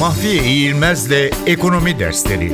Mahfiye İğilmez'le Ekonomi Dersleri.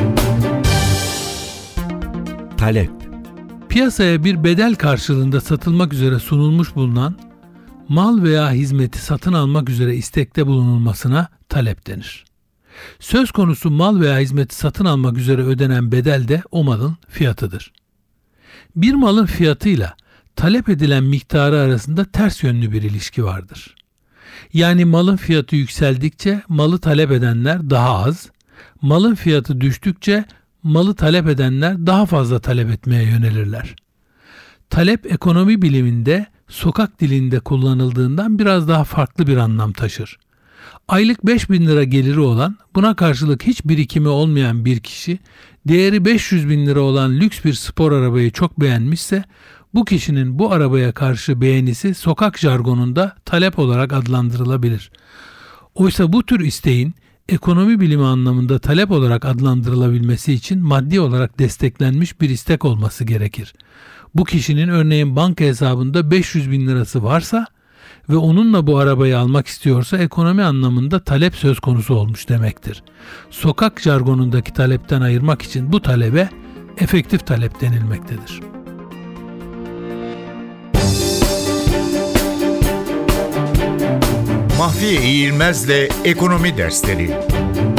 Talep. Piyasaya bir bedel karşılığında satılmak üzere sunulmuş bulunan mal veya hizmeti satın almak üzere istekte bulunulmasına talep denir. Söz konusu mal veya hizmeti satın almak üzere ödenen bedel de o malın fiyatıdır. Bir malın fiyatıyla talep edilen miktarı arasında ters yönlü bir ilişki vardır. Yani malın fiyatı yükseldikçe malı talep edenler daha az, malın fiyatı düştükçe malı talep edenler daha fazla talep etmeye yönelirler. Talep ekonomi biliminde sokak dilinde kullanıldığından biraz daha farklı bir anlam taşır. Aylık 5.000 lira geliri olan, buna karşılık hiç birikimi olmayan bir kişi, değeri 500 bin lira olan lüks bir spor arabayı çok beğenmişse, bu kişinin bu arabaya karşı beğenisi sokak jargonunda talep olarak adlandırılabilir. Oysa bu tür isteğin ekonomi bilimi anlamında talep olarak adlandırılabilmesi için maddi olarak desteklenmiş bir istek olması gerekir. Bu kişinin örneğin banka hesabında 500 bin lirası varsa ve onunla bu arabayı almak istiyorsa ekonomi anlamında talep söz konusu olmuş demektir. Sokak jargonundaki talepten ayırmak için bu talebe efektif talep denilmektedir. Mahfiye İğilmez'le Ekonomi Dersleri.